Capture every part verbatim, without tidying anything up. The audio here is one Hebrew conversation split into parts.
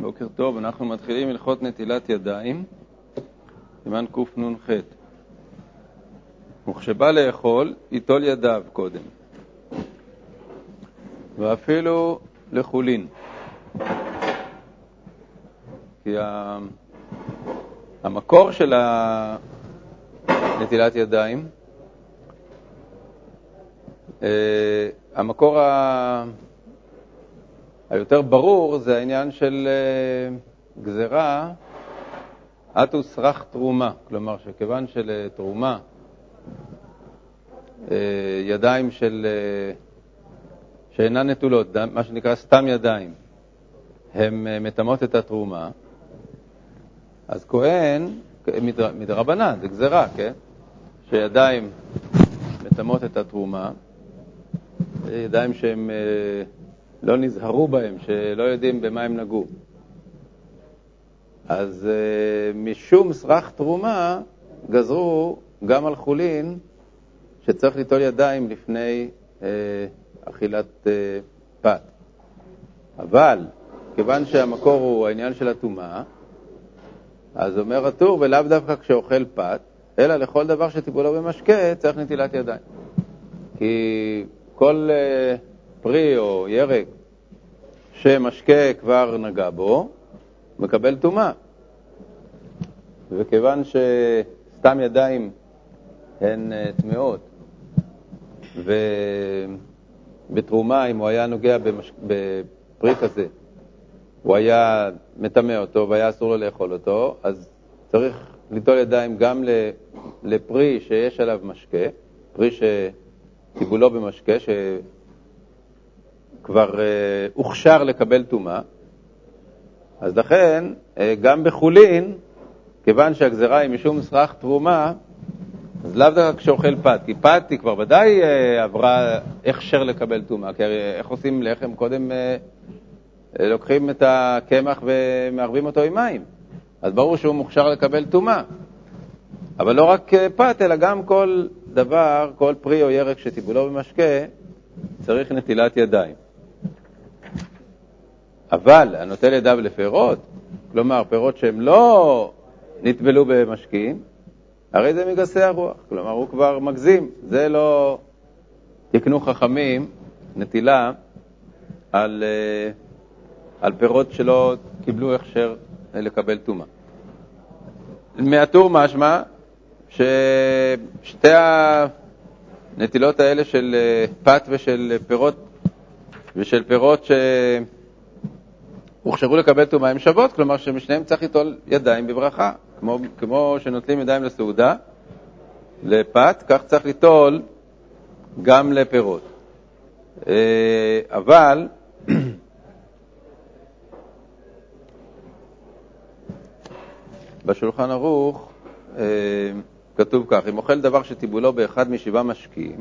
בוקר טוב, אנחנו מתחילים הלכות נטילת ידיים, סימן קנ"ח. וכשבא לאכול, ייטול ידיו קודם, ואפילו לחולין. כי המקור של נטילת ידיים, המקור היותר ברור זה העניין של גזרה אתוס רח תרומה, כלומר שכיוון של תרומה ידיים של שאינן נטולות, מה שנקרא סתם ידיים, הן מטמאות את התרומה, אז כהן מדרבנן, זה גזרה, כן? שידיים מטמאות את התרומה, ידיים שהם לא נזהרו בהם, שלא יודעים במה הם נגעו. אז משום סרח תרומה גזרו גם על חולין שצריך ליטול ידיים לפני אכילת פת. אבל כיוון שהמקור הוא העניין של הטומאה, אז אומר הטור, ולאו דווקא כשאוכל פת, אלא לכל דבר שטיפולו במשקה צריך נטילת ידיים. כי כל פרי או ירק שמשקה כבר נגע בו, מקבל טומאה. וכיוון שסתם ידיים הן טמאות, ובתרומה, אם הוא היה נוגע במש... בפרי כזה, הוא היה מטמא אותו והיה אסור לו לאכול אותו, אז צריך ליטול ידיים גם לפרי שיש עליו משקה, פרי שטיפולו במשקה, שכבר הוכשר לקבל טומאה. אז לכן, גם בחולין, כיוון שהגזרה היא משום סרח תרומה, אז לאו דווקא כשאוכל פת, כי פת היא כבר ודאי עברה הכשר לקבל טומאה, כי איך עושים לחם? קודם לוקחים את הקמח ומערבים אותו עם מים, אז ברור שהוא מוכשר לקבל טומאה. אבל לא רק פת, אלא גם כל דבר, כל פרי או ירק שטיפולו במשקה, צריך נטילת ידיים. אבל הנוטל ידיו לפירות, כלומר פירות שהם לא נטבלו במשקים, הרי זה מגסי הרוח, כלומר הוא כבר מגזים. זה לא תקנו חכמים נטילה על, על פירות שלא קיבלו הכשר לקבל טומאה. מהטור משמע ששתי הנטילות האלה של פת ושל פירות ושל פירות שהוכשרו לקבל טומאה הם שוות, כלומר שמשניהם צריך ליטול ידיים בברכה, כמו, כמו שנוטלים ידיים לסעודה, לפת, כך צריך ליטול גם לפירות. אבל בשולחן ערוך כתוב כך, אם אוכל דבר שטיבולו באחד משבעה משקים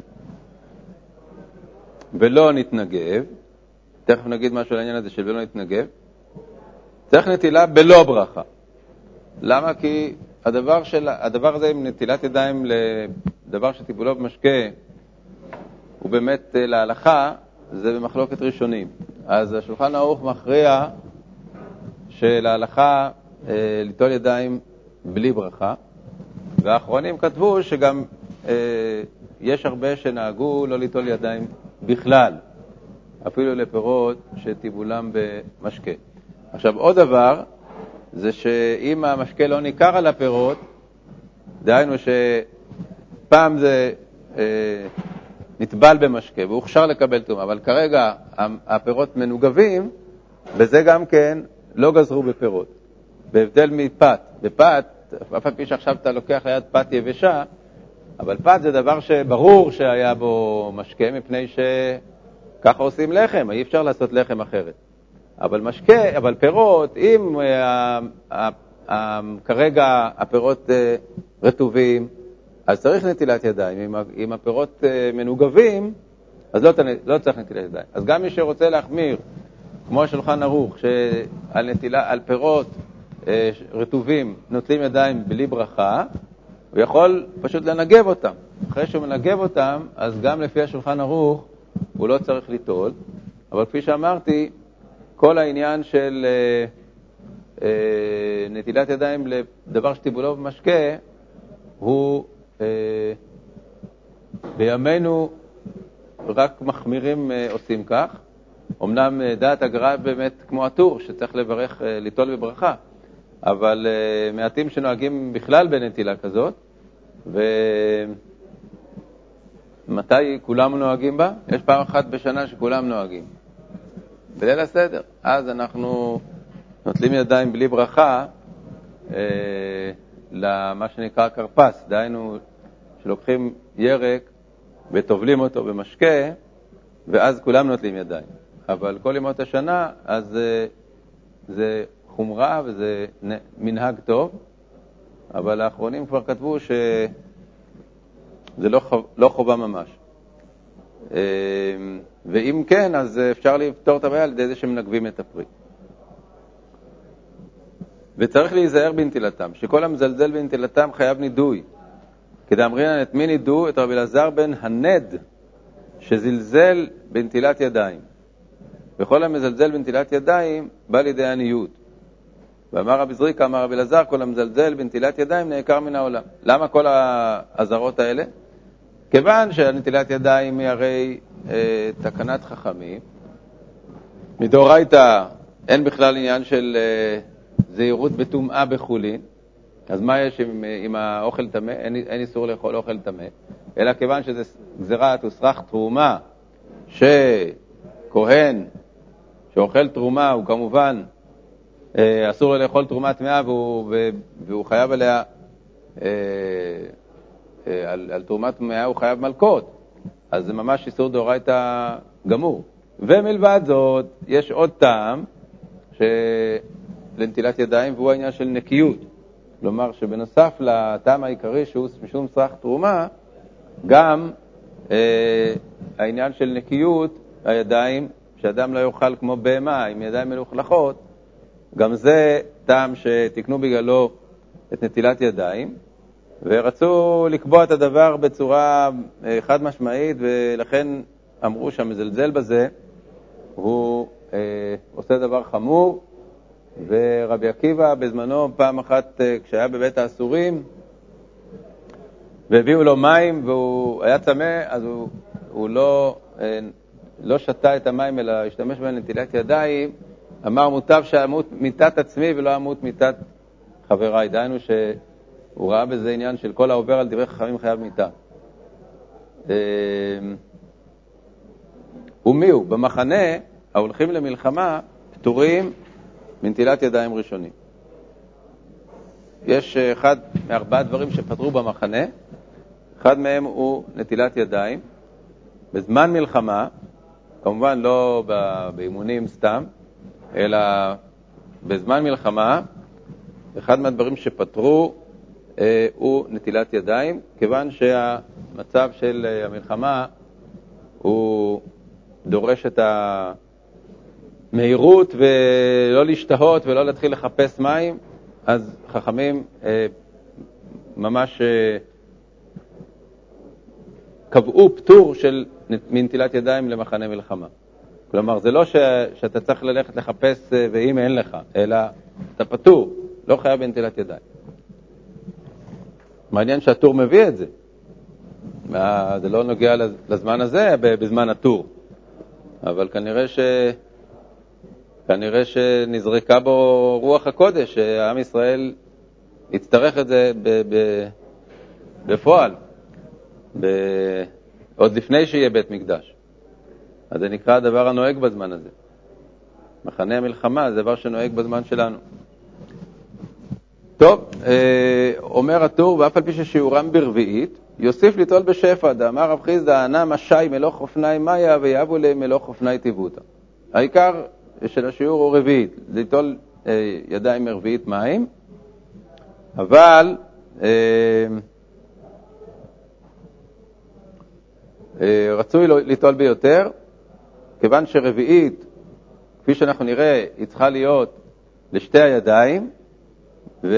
ולא נתנגב, תכף נגיד משהו על העניין הזה של ולא נתנגב, צריך נטילה בלא ברכה. למה? כי הדבר, של, הדבר הזה עם נטילת ידיים לדבר שטיפולו במשקה הוא באמת להלכה, זה במחלוקת ראשונים. אז השולחן ערוך מכריע שלהלכה אה, ליטול ידיים בלי ברכה, והאחרונים כתבו שגם אה, יש הרבה שנהגו לא ליטול ידיים בכלל, אפילו לפירות שטיפולם במשקה. עכשיו עוד דבר, זה שאם המשקה לא ניכר על הפירות, דהיינו שפעם זה אה, נטבל במשקה והוכשר לקבל טומאה, אבל כרגע הפירות מנוגבים, וזה גם כן לא גזרו בפירות. בהבדל מפת, בפת, אף על פי שעכשיו אתה לוקח ליד פת יבשה, אבל פת זה דבר שברור שהיה בו משקה, מפני שככה עושים לחם, אי אפשר לעשות לחם אחרת. אבל משקה, אבל פירות, אם אה, אה, אה, כרגע הפירות אה, רטובים, אז צריך נטילת ידיים. אם, אם הפירות אה, מנוגבים, אז לא, לא צריך נטילת ידיים. אז גם מי שרוצה להחמיר, כמו השולחן ערוך, שעל נטילה, על פירות אה, רטובים נוטלים ידיים בלי ברכה, הוא יכול פשוט לנגב אותם. אחרי שהוא מנגב אותם, אז גם לפי השולחן ערוך הוא לא צריך ליטול. אבל כפי שאמרתי, כל העניין של אה, נטילת ידיים לדבר שטיבולו במשקה הוא אה, בימינו רק מחמירים אה, עושים כך. אמנם אה, דעת הגר"א באמת כמו הטור שצריך לברך, אה, ליטול בברכה, אבל אה, מעטים שנוהגים בכלל בנטילה כזאת. ומתי כולם נוהגים בה? יש פעם אחת בשנה שכולם נוהגים בליל הסדר. אז אנחנו נוטלים ידיים בלי ברכה אה, למה שנקרא קרפס, דהיינו שלוקחים ירק וטובלים אותו במשקה, ואז כולם נוטלים ידיים. אבל כל ימות השנה, אז אה, זה חומרה וזה מנהג טוב, אבל האחרונים כבר כתבו שזה לא, חוב, לא חובה ממש. אה, ואם כן, אז אפשר לפתור את הבעיה על ידי זה שמנגבים את הפרי. וצריך להיזהר בנטילתם, שכל המזלזל בנטילתם חייב נידוי. כדאמרינן את מי נידו? את רבי אלעזר בן הנד, שזלזל בנטילת ידיים. וכל המזלזל בנטילת ידיים בא לידי עניות. ואמר רבי זריקה, אמר רבי אלעזר, כל המזלזל בנטילת ידיים נעקר מן העולם. למה כל העזרות האלה? כיוון שהנטילת ידיים היא הרי אה, תקנת חכמים. מדאורייתא אין בכלל עניין של אה, זהירות בטומאה בחולין. אז מה יש עם, עם האוכל טמא? אין, אין איסור לאכול אוכל טמא. אלא כיוון שזה גזירת וסרח תרומה, שכהן שאוכל תרומה הוא כמובן אה, אסור לו לאכול תרומה טמאה, והוא, והוא חייב עליה, אה, אה, על, על תרומה טמאה הוא חייב מלכות. אז זה ממש איסור דאורייתא גמור. ומלבד זאת, יש עוד טעם לנטילת ידיים, והוא העניין של נקיות. כלומר, שבנוסף לטעם העיקרי שהוא משום סרח תרומה, גם אה, העניין של נקיות הידיים, שאדם לא יאכל כמו בהמה עם ידיים מלוכלכות, גם זה טעם שתקנו בגללו את נטילת ידיים, ורצו לקבוע את הדבר בצורה חד משמעית, ולכן אמרו שהמזלזל בזה הוא אה, עושה דבר חמור. ורבי עקיבא בזמנו פעם אחת כשהיה בבית האסורים והביאו לו מים והוא היה צמא, אז הוא, הוא לא, לא שתה את המים אלא השתמש בהם לנטילת ידיים. אמר מוטב שאמות מיתת עצמי ולא אמות מיתת חבריי. דהיינו שהוא ראה בזה עניין של כל העובר על דברי חכמים חייב מיתה. ומי הוא? במחנה ההולכים למלחמה פטורים מנטילת ידיים ראשונים. יש אחד מארבעה דברים שפטרו במחנה, אחד מהם הוא נטילת ידיים. בזמן מלחמה, כמובן לא באימונים סתם, אלא בזמן מלחמה, אחד מהדברים שפטרו אה, הוא נטילת ידיים, כיוון שהמצב של המלחמה הוא דורש את ה... מהירות ולא להשתהות ולא להתחיל לחפש מים. אז חכמים אה, ממש אה, קבעו פטור של מנטילת ידיים למחנה מלחמה. כלומר, זה לא ש, שאתה צריך ללכת לחפש אה, ואם אין לך, אלא אתה פטור, לא חייב בנטילת ידיים. מעניין שהטור מביא את זה. מה, זה לא נוגע לזמן הזה בזמן הטור, אבל כנראה ש... כנראה שנזרקה בו רוח הקודש, שהעם ישראל יצטרך את זה ב- ב- בפועל, ב- עוד לפני שיהיה בית מקדש. אז זה נקרא הדבר הנוהג בזמן הזה. מחנה המלחמה זה דבר שנוהג בזמן שלנו. טוב, אומר הטור, ואף על פי ששיעורם ברביעית, יוסיף ליטול בשפע. דאמר רב חיסדא, ענה משי מלוך אופני מאיה ויבו להם מלוך אופני טיבותא. העיקר של השיעור הוא רביעית, ליטול אה, ידיים מרביעית מים, אבל אה, אה, רצוי ליטול ביותר, כיוון שרביעית, כפי שאנחנו נראה, היא צריכה להיות לשתי הידיים, ו...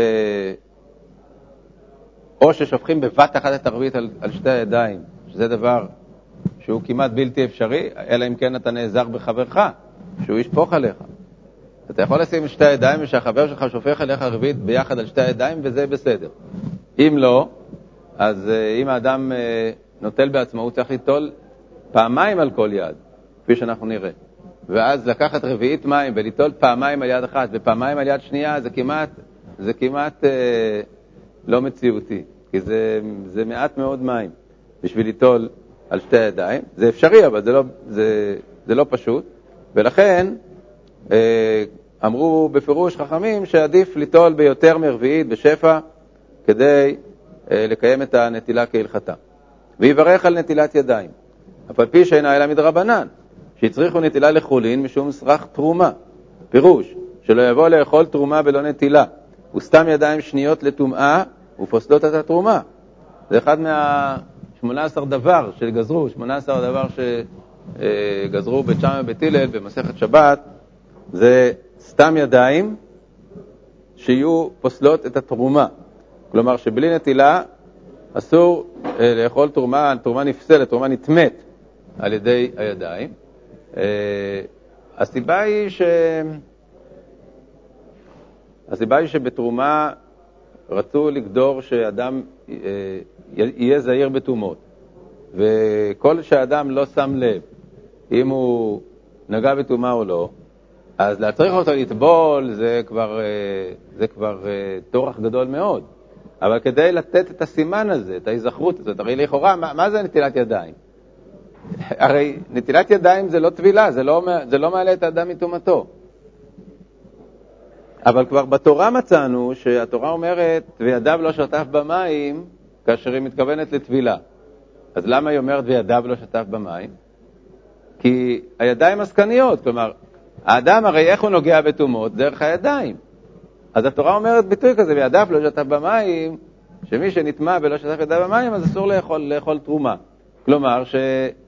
או ששופכים בבת אחת את הרביעית על, על שתי הידיים, שזה דבר שהוא כמעט בלתי אפשרי, אלא אם כן אתה נעזר בחברך, שהוא ישפוך עליך. אתה יכול לשים שתי הידיים ושהחבר שלך שופך עליך רביעית ביחד על שתי הידיים וזה בסדר. אם לא, אז אם האדם נוטל בעצמו, הוא צריך ליטול פעמיים על כל יד, כפי שאנחנו נראה. ואז לקחת רביעית מים וליטול פעמיים על יד אחת ופעמיים על יד שנייה, זה כמעט, זה כמעט אה, לא מציאותי, כי זה, זה מעט מאוד מים בשביל ליטול על שתי הידיים. זה אפשרי, אבל זה לא, זה, זה לא פשוט. ולכן אה, אמרו בפירוש חכמים שעדיף ליטול ביותר מרביעית, בשפע, כדי אה, לקיים את הנטילה כהלכתה. ויברך על נטילת ידיים. אף על פי שאינה אלא מדרבנן, שהצריכו נטילה לחולין משום סרח תרומה. פירוש, שלא יבוא לאכול תרומה בלא נטילה, וסתם ידיים שניות לטומאה ופוסלות את התרומה. זה אחד מה-שמונה עשר דבר שגזרו, שמונה עשר דבר שגזרו בית שמאי ובית הלל במסכת שבת, זה סתם ידיים שיהיו פוסלות את התרומה. כלומר שבלי נטילה אסור לאכול תרומה, תרומה נפסלת, תרומה נתמת על ידי הידיים. הסיבה היא ש... הסיבה היא שבתרומה רצו לגדור שאדם יהיה זהיר בתרומות, וכל שאדם לא שם לב אם הוא נגע בתרומה או לא, אז להצריך אותו לטבול זה כבר, זה כבר תורח גדול מאוד. אבל כדי לתת את הסימן הזה, את ההיזכרות הזאת, הרי לכאורה, מה, מה זה נטילת ידיים? הרי נטילת ידיים זה לא טבילה, זה לא, זה לא מעלה את האדם מתומתו. אבל כבר בתורה מצאנו שהתורה אומרת, וידיו לא שטף במים, כאשר היא מתכוונת לטבילה. אז למה היא אומרת וידיו לא שטף במים? כי הידיים עסקניות, כלומר, האדם הרי איך הוא נוגע בתומות? דרך הידיים. אז התורה אומרת ביטוי כזה, וידיו לא שטף במים, שמי שנטמע ולא שטף ידיו במים, אז אסור לאכול, לאכול תרומה. כלומר, שהוא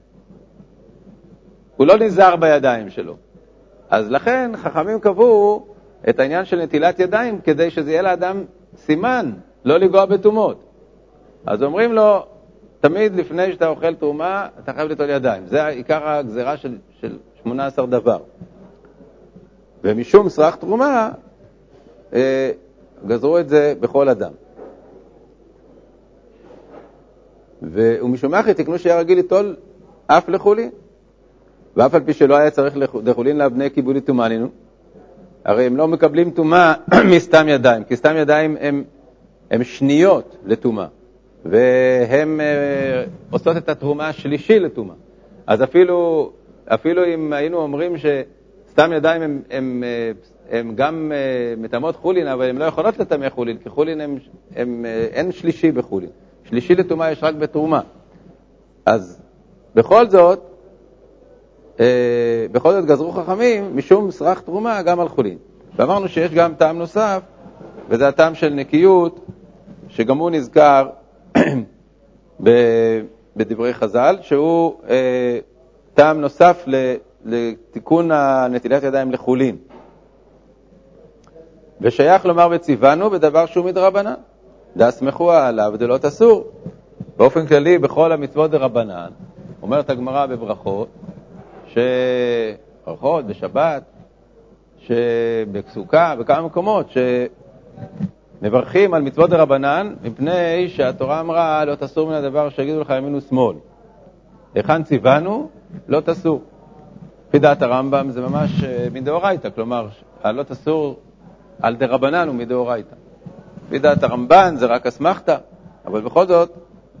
לא נזהר בידיים שלו. אז לכן חכמים קבעו את העניין של נטילת ידיים, כדי שזה יהיה לאדם סימן, לא לגוע בתומות. אז אומרים לו, תמיד לפני שאתה אוכל תרומה, אתה חייב ליטול ידיים. זה עיקר הגזרה של, של שמונה עשר דבר. ומשום סרח תרומה, אה, גזרו את זה בכל אדם. ומשום אחרי תקנו שהיה רגיל ליטול אף לחולין. ואף על פי שלא היה צריך לחולין לבני קיבולי תומנינו, הרי הם לא מקבלים תומה מסתם ידיים, כי סתם ידיים הם, הם שניות לתומה, והם אה, עושות את התרומה השלישי לתומה. אז אפילו, אפילו אם היינו אומרים שסתם ידיים הם, הם, הם גם אה, מטמאות חולין, אבל הם לא יכולות לטמא חולין, כי חולין הם, הם, אה, אין שלישי בחולין. שלישי לתומה יש רק בתרומה. אז בכל זאת, בכל זאת גזרו חכמים משום סרח תרומה גם על חולין. ואמרנו שיש גם טעם נוסף, וזה הטעם של נקיות, שגם הוא נזכר בדברי חז"ל, שהוא טעם נוסף לתיקון הנטילת ידיים לחולין. ושייך לומר וציוונו בדבר שהוא מדרבנן, דסמכו עליו דלא תסור. באופן כללי בכל המצוות דרבנן, אומרת הגמרא בברכות, שברכות בשבת, שבסוכה, בכמה מקומות, שמברכים על מצוות דרבנן, מפני שהתורה אמרה לא תסור מן הדבר שיגידו לך ימין ושמאל. היכן ציוונו? לא תסור. לפי דעת הרמב"ם זה ממש מדאורייתא, כלומר, לא תסור על דרבנן הוא מדאורייתא. לפי דעת הרמב"ן זה רק אסמכתא, אבל בכל זאת,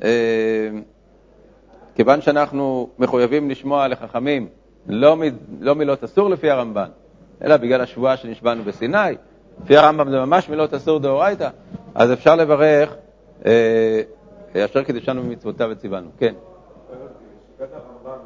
כיוון שאנחנו מחויבים לשמוע לחכמים, לא, מ, לא מילות אסור לפי הרמב"ן, אלא בגלל השבועה שנשבענו בסיני, לפי הרמב"ם זה ממש מילות אסור דאורייתא, אז אפשר לברך, אה, אשר קידשנו במצוותיו וציוונו. כן. שיטת הרמב"ם,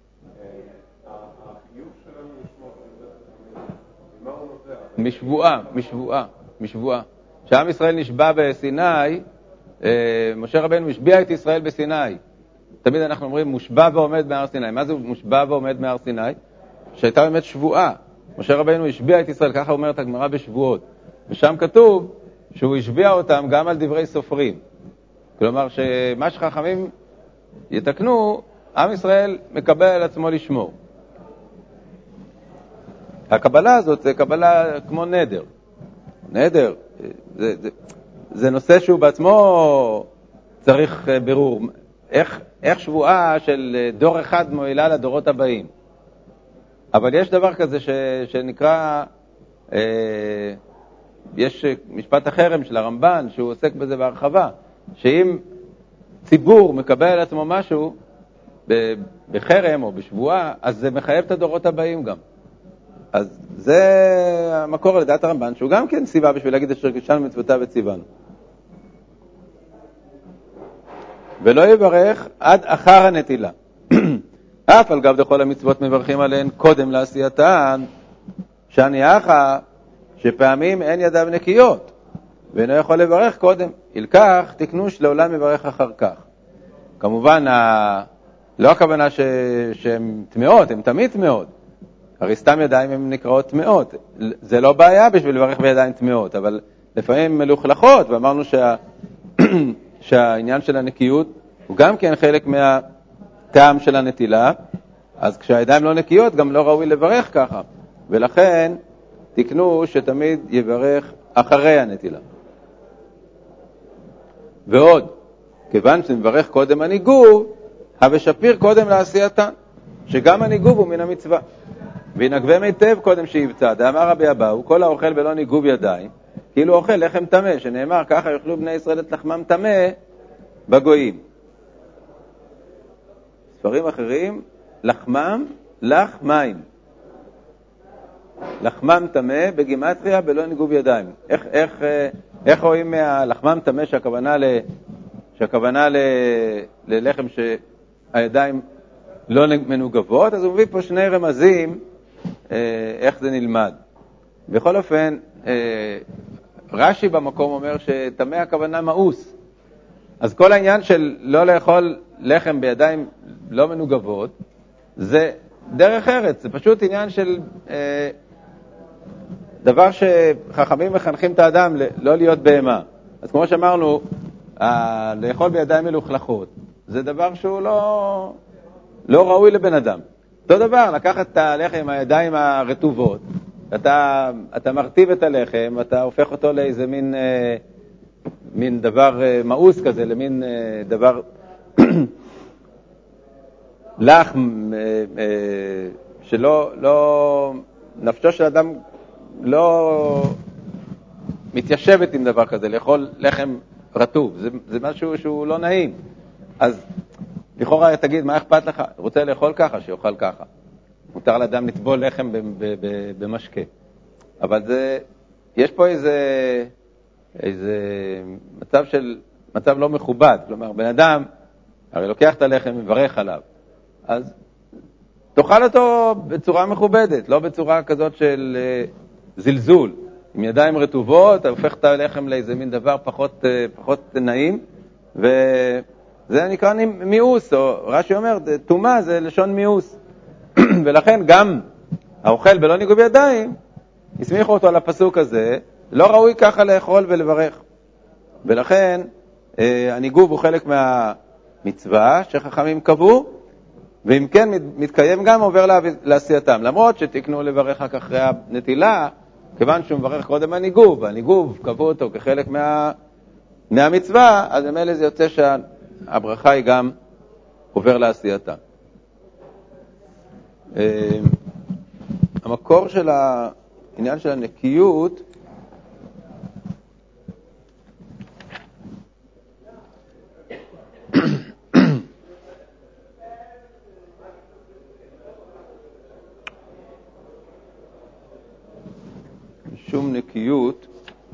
החיוב שלנו לשמוע, מה הוא נובע? משבועה, משבועה, משבועה. כשעם ישראל נשבע בסיני, אה, משה רבנו השביע את ישראל בסיני. תמיד אנחנו אומרים מושבע ועומד מהר סיני. מה זה מושבע ועומד מהר סיני? שהייתה באמת שבועה. משה רבנו השביע את ישראל, ככה אומרת הגמרא בשבועות. ושם כתוב שהוא השביע אותם גם על דברי סופרים. כלומר שמה שחכמים יתקנו, עם ישראל מקבל על עצמו לשמור. הקבלה הזאת זה קבלה כמו נדר. נדר, זה, זה, זה נושא שהוא בעצמו צריך ברור. איך, איך שבועה של דור אחד מועילה לדורות הבאים. אבל יש דבר כזה ש, שנקרא, אה, יש משפט החרם של הרמב"ן שהוא עוסק בזה בהרחבה, שאם ציבור מקבל על עצמו משהו בחרם או בשבועה, אז זה מחייב את הדורות הבאים גם. אז זה המקור לדעת הרמב"ן, שהוא גם כן סיבה בשביל להגיד אשר קידשנו מצוותיו וציוונו. ולא יברך עד אחר הנטילה. אף על גב דכל המצוות מברכים עליהן קודם לעשייתן, שאני אחא שפעמים אין ידיו נקיות, ואינו יכול לברך קודם. ילקח תקנו שלעולם מברך אחר כך. כמובן, ה... לא הכוונה ש... שהן תמאות, הן תמיד תמאות. הרי סתם ידיים הן נקראות תמאות. זה לא בעיה בשביל לברך בידיים תמאות, אבל לפעמים מלוכלכות, ואמרנו שה... שהעניין של הנקיות הוא גם כן חלק מהטעם של הנטילה, אז כשהידיים לא נקיות גם לא ראוי לברך ככה, ולכן תקנו שתמיד יברך אחרי הנטילה. ועוד, כיוון שמברך קודם הניגוב, הווה שפיר קודם לעשייתן, שגם הניגוב הוא מן המצווה. וינגבם היטב קודם שיבצע, דאמר רבי אבאו, כל האוכל בלא ניגוב ידיים, כאילו אוכל לחם טמא, שנאמר ככה יאכלו בני ישראל את לחמם טמא בגויים. ספרים אחרים, לחמם, לח מים. לחמם טמא בגימטריה בלא ניגוב ידיים. איך, איך, איך רואים מהלחמם טמא שהכוונה, ל, שהכוונה ל, ללחם שהידיים לא מנוגבות? אז הוא מביא פה שני רמזים איך זה נלמד. בכל אופן, רש"י במקום אומר שטמא הכוונה מאוס. אז כל העניין של לא לאכול לחם בידיים לא מנוגבות, זה דרך ארץ, זה פשוט עניין של אה, דבר שחכמים מחנכים את האדם לא להיות בהמה. אז כמו שאמרנו, אה, לאכול בידיים מלוכלכות, זה דבר שהוא לא, לא ראוי לבן אדם. אותו דבר, לקחת את הלחם עם הידיים הרטובות, אתה, אתה מרטיב את הלחם, אתה הופך אותו לאיזה מין, אה, מין דבר אה, מאוס כזה, למין אה, דבר לחם אה, אה, שלא, לא, נפשו של אדם לא מתיישבת עם דבר כזה, לאכול לחם רטוב, זה, זה משהו שהוא לא נעים. אז לכאורה תגיד, מה אכפת לך? רוצה לאכול ככה, שיאכל ככה. מותר לאדם לטבול לחם במשקה. אבל זה, יש פה איזה, איזה מצב של, מצב לא מכובד. כלומר, בן אדם, הרי לוקח את הלחם, מברך עליו. אז תאכל אותו בצורה מכובדת, לא בצורה כזאת של זלזול. עם ידיים רטובות, אתה הופך את הלחם לאיזה מין דבר פחות, פחות נעים, וזה נקרא מיאוס, או רש"י אומר, תומה זה לשון מיאוס. ולכן גם האוכל בלא ניגוב ידיים, הסמיכו אותו על הפסוק הזה, לא ראוי ככה לאכול ולברך. ולכן הניגוב הוא חלק מהמצווה שחכמים קבעו, ואם כן מתקיים גם עובר לעשייתם. למרות שתקנו לברך רק אחרי הנטילה, כיוון שהוא מברך קודם הניגוב, והניגוב קבעו אותו כחלק מה, מהמצווה, אז ממילא זה יוצא שהברכה היא גם עובר לעשייתם. המקור של העניין של הנקיות שום נקיות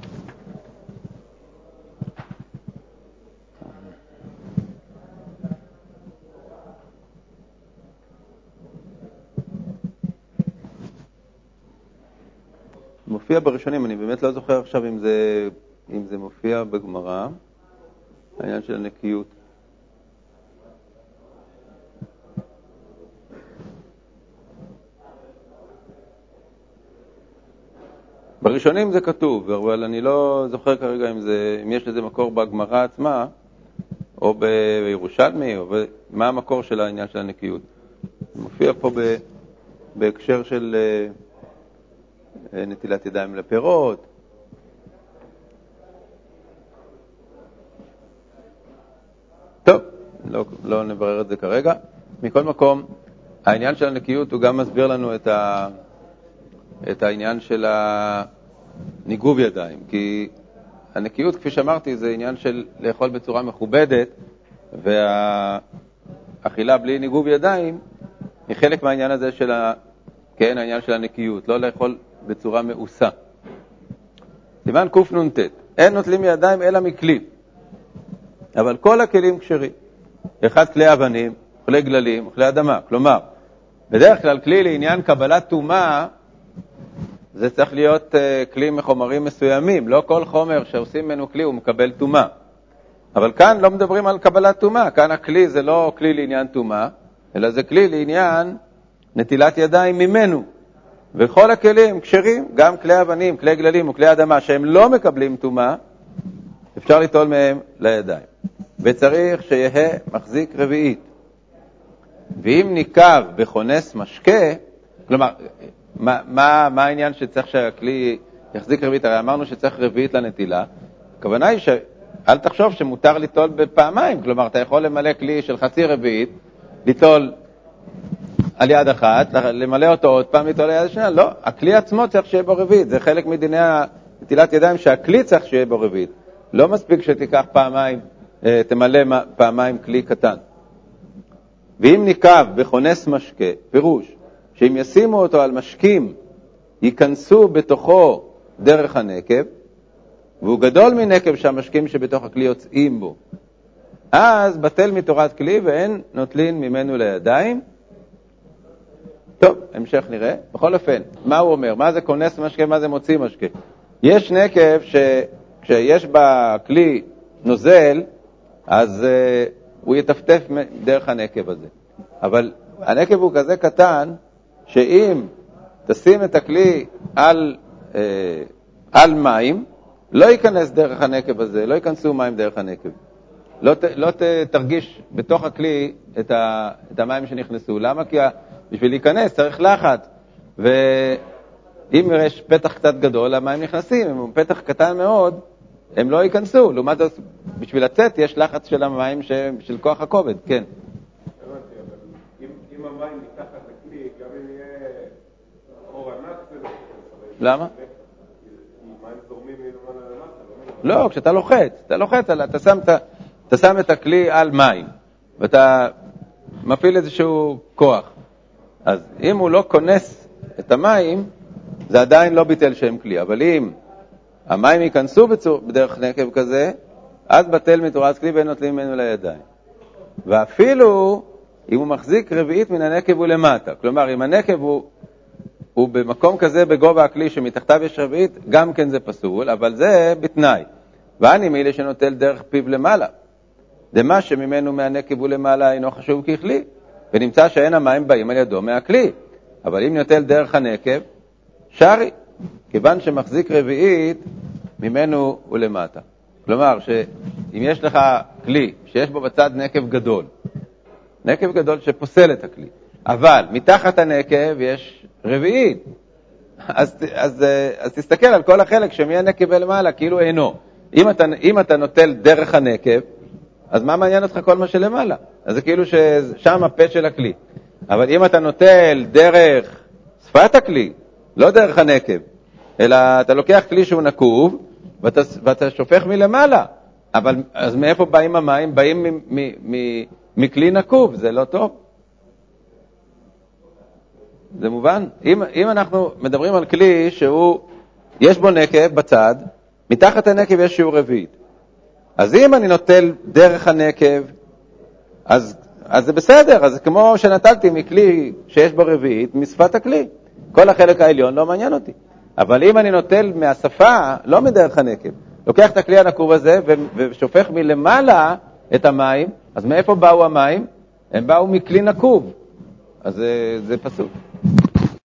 מופיע בראשונים, אני באמת לא זוכר עכשיו אם זה, אם זה מופיע בגמרא, העניין של הנקיות. בראשונים זה כתוב, אבל אני לא זוכר כרגע אם, זה, אם יש לזה מקור בגמרא עצמה, או בירושלמי, או מה המקור של העניין של הנקיות. זה מופיע פה ב, בהקשר של נטילת ידיים לפירות. טוב, לא, לא נברר את זה כרגע. מכל מקום, העניין של הנקיות הוא גם מסביר לנו את, ה, את העניין של הניגוב ידיים, כי הנקיות, כפי שאמרתי, זה עניין של לאכול בצורה מכובדת, והאכילה בלי ניגוב ידיים היא חלק מהעניין הזה של, ה, כן, העניין של הנקיות, לא לאכול בצורה מאוסה. סימן קנ"ט, אין נוטלים ידיים אלא מכלי, אבל כל הכלים כשרים. אחד כלי אבנים, כלי גללים, כלי אדמה. כלומר, בדרך כלל כלי לעניין קבלת טומאה, זה צריך להיות uh, כלי מחומרים מסוימים. לא כל חומר שעושים ממנו כלי הוא מקבל טומאה. אבל כאן לא מדברים על קבלת טומאה. כאן הכלי זה לא כלי לעניין טומאה, אלא זה כלי לעניין נטילת ידיים ממנו. וכל הכלים כשרים, גם כלי אבנים, כלי גללים וכלי אדמה, שהם לא מקבלים טומאה, אפשר ליטול מהם לידיים. וצריך שיהיה מחזיק רביעית. ואם ניקב בכונס משקה, כלומר, מה, מה, מה העניין שצריך שהכלי יחזיק רביעית? הרי אמרנו שצריך רביעית לנטילה. הכוונה היא שאל תחשוב שמותר ליטול בפעמיים. כלומר, אתה יכול למלא כלי של חצי רביעית, ליטול על יד אחת, למלא אותו עוד פעם, ליטול על יד השנייה. לא, הכלי עצמו צריך שיהיה בו רביעית. זה חלק מדיני נטילת ידיים שהכלי צריך שיהיה בו רביעית. לא מספיק שתיקח פעמיים, תמלא פעמיים כלי קטן. ואם ניקב בכונס משקה, פירוש, שאם ישימו אותו על משקים, ייכנסו בתוכו דרך הנקב, והוא גדול מנקב שהמשקים שבתוך הכלי יוצאים בו, אז בטל מתורת כלי ואין נוטלין ממנו לידיים. טוב, המשך נראה. בכל אופן, מה הוא אומר? מה זה כונס משקה? מה זה מוציא משקה? יש נקב שכשיש בכלי נוזל, אז uh, הוא יטפטף דרך הנקב הזה. אבל הנקב הוא כזה קטן, שאם תשים את הכלי על, uh, על מים, לא ייכנס דרך הנקב הזה, לא ייכנסו מים דרך הנקב. לא, ת, לא ת, תרגיש בתוך הכלי את, ה, את המים שנכנסו. למה? כי בשביל להיכנס צריך לחץ. ואם יש פתח קצת גדול, המים נכנסים. אם הוא פתח קטן מאוד, הם לא ייכנסו. לעומת זאת, בשביל לצאת יש לחץ של המים ש, של כוח הכובד. כן. הבנתי, אבל אם, אם המים מתחת לכלי, גם אם יהיה אור ענק, זה לא ייכנס. למה? מים זורמים מלמעלה למטה. לא, כשאתה לוחץ, אתה לוחץ, אתה שם, אתה, אתה שם את הכלי על מים, ואתה מפעיל איזשהו כוח. אז אם הוא לא כונס את המים, זה עדיין לא ביטל שהם כלי. אבל אם המים ייכנסו בצור, בדרך נקב כזה, אז בטל מתורת כלי ואין נוטלים ממנו לידיים. ואפילו אם הוא מחזיק רביעית מן הנקב הוא למטה. כלומר, אם הנקב הוא, הוא במקום כזה בגובה הכלי שמתחתיו יש רביעית, גם כן זה פסול, אבל זה בתנאי. ואני מילה שנוטל דרך פיו למעלה. דמה שממנו מהנקב הוא למעלה אינו חשוב ככלי, ונמצא שאין המים באים על ידו מהכלי. אבל אם נוטל דרך הנקב, שרי, כיוון שמחזיק רביעית, ממנו הוא למטה. כלומר, שאם יש לך כלי שיש בו בצד נקב גדול, נקב גדול שפוסל את הכלי, אבל מתחת הנקב יש רביעית, אז, אז, אז תסתכל על כל החלק שמהנקב למעלה, כאילו אינו. אם אתה, אם אתה נוטל דרך הנקב, אז מה מעניין אותך כל מה שלמעלה? אז זה כאילו ששם הפה של הכלי. אבל אם אתה נוטל דרך שפת הכלי, לא דרך הנקב, אלא אתה לוקח כלי שהוא נקוב, ואתה, ואתה שופך מלמעלה. אבל אז מאיפה באים המים? באים מ, מ, מ, מכלי נקוב, זה לא טוב. זה מובן? אם, אם אנחנו מדברים על כלי שהוא, יש בו נקב בצד, מתחת הנקב יש שיעור רביעית. אז אם אני נוטל דרך הנקב, אז, אז זה בסדר, אז זה כמו שנטלתי מכלי שיש בו רביעית, משפת הכלי. כל החלק העליון לא מעניין אותי. אבל אם אני נוטל מהשפה, לא מדרך הנקב, לוקח את הכלי הנקוב הזה ושופך מלמעלה את המים, אז מאיפה באו המים? הם באו מכלי נקוב. אז זה, זה פסול.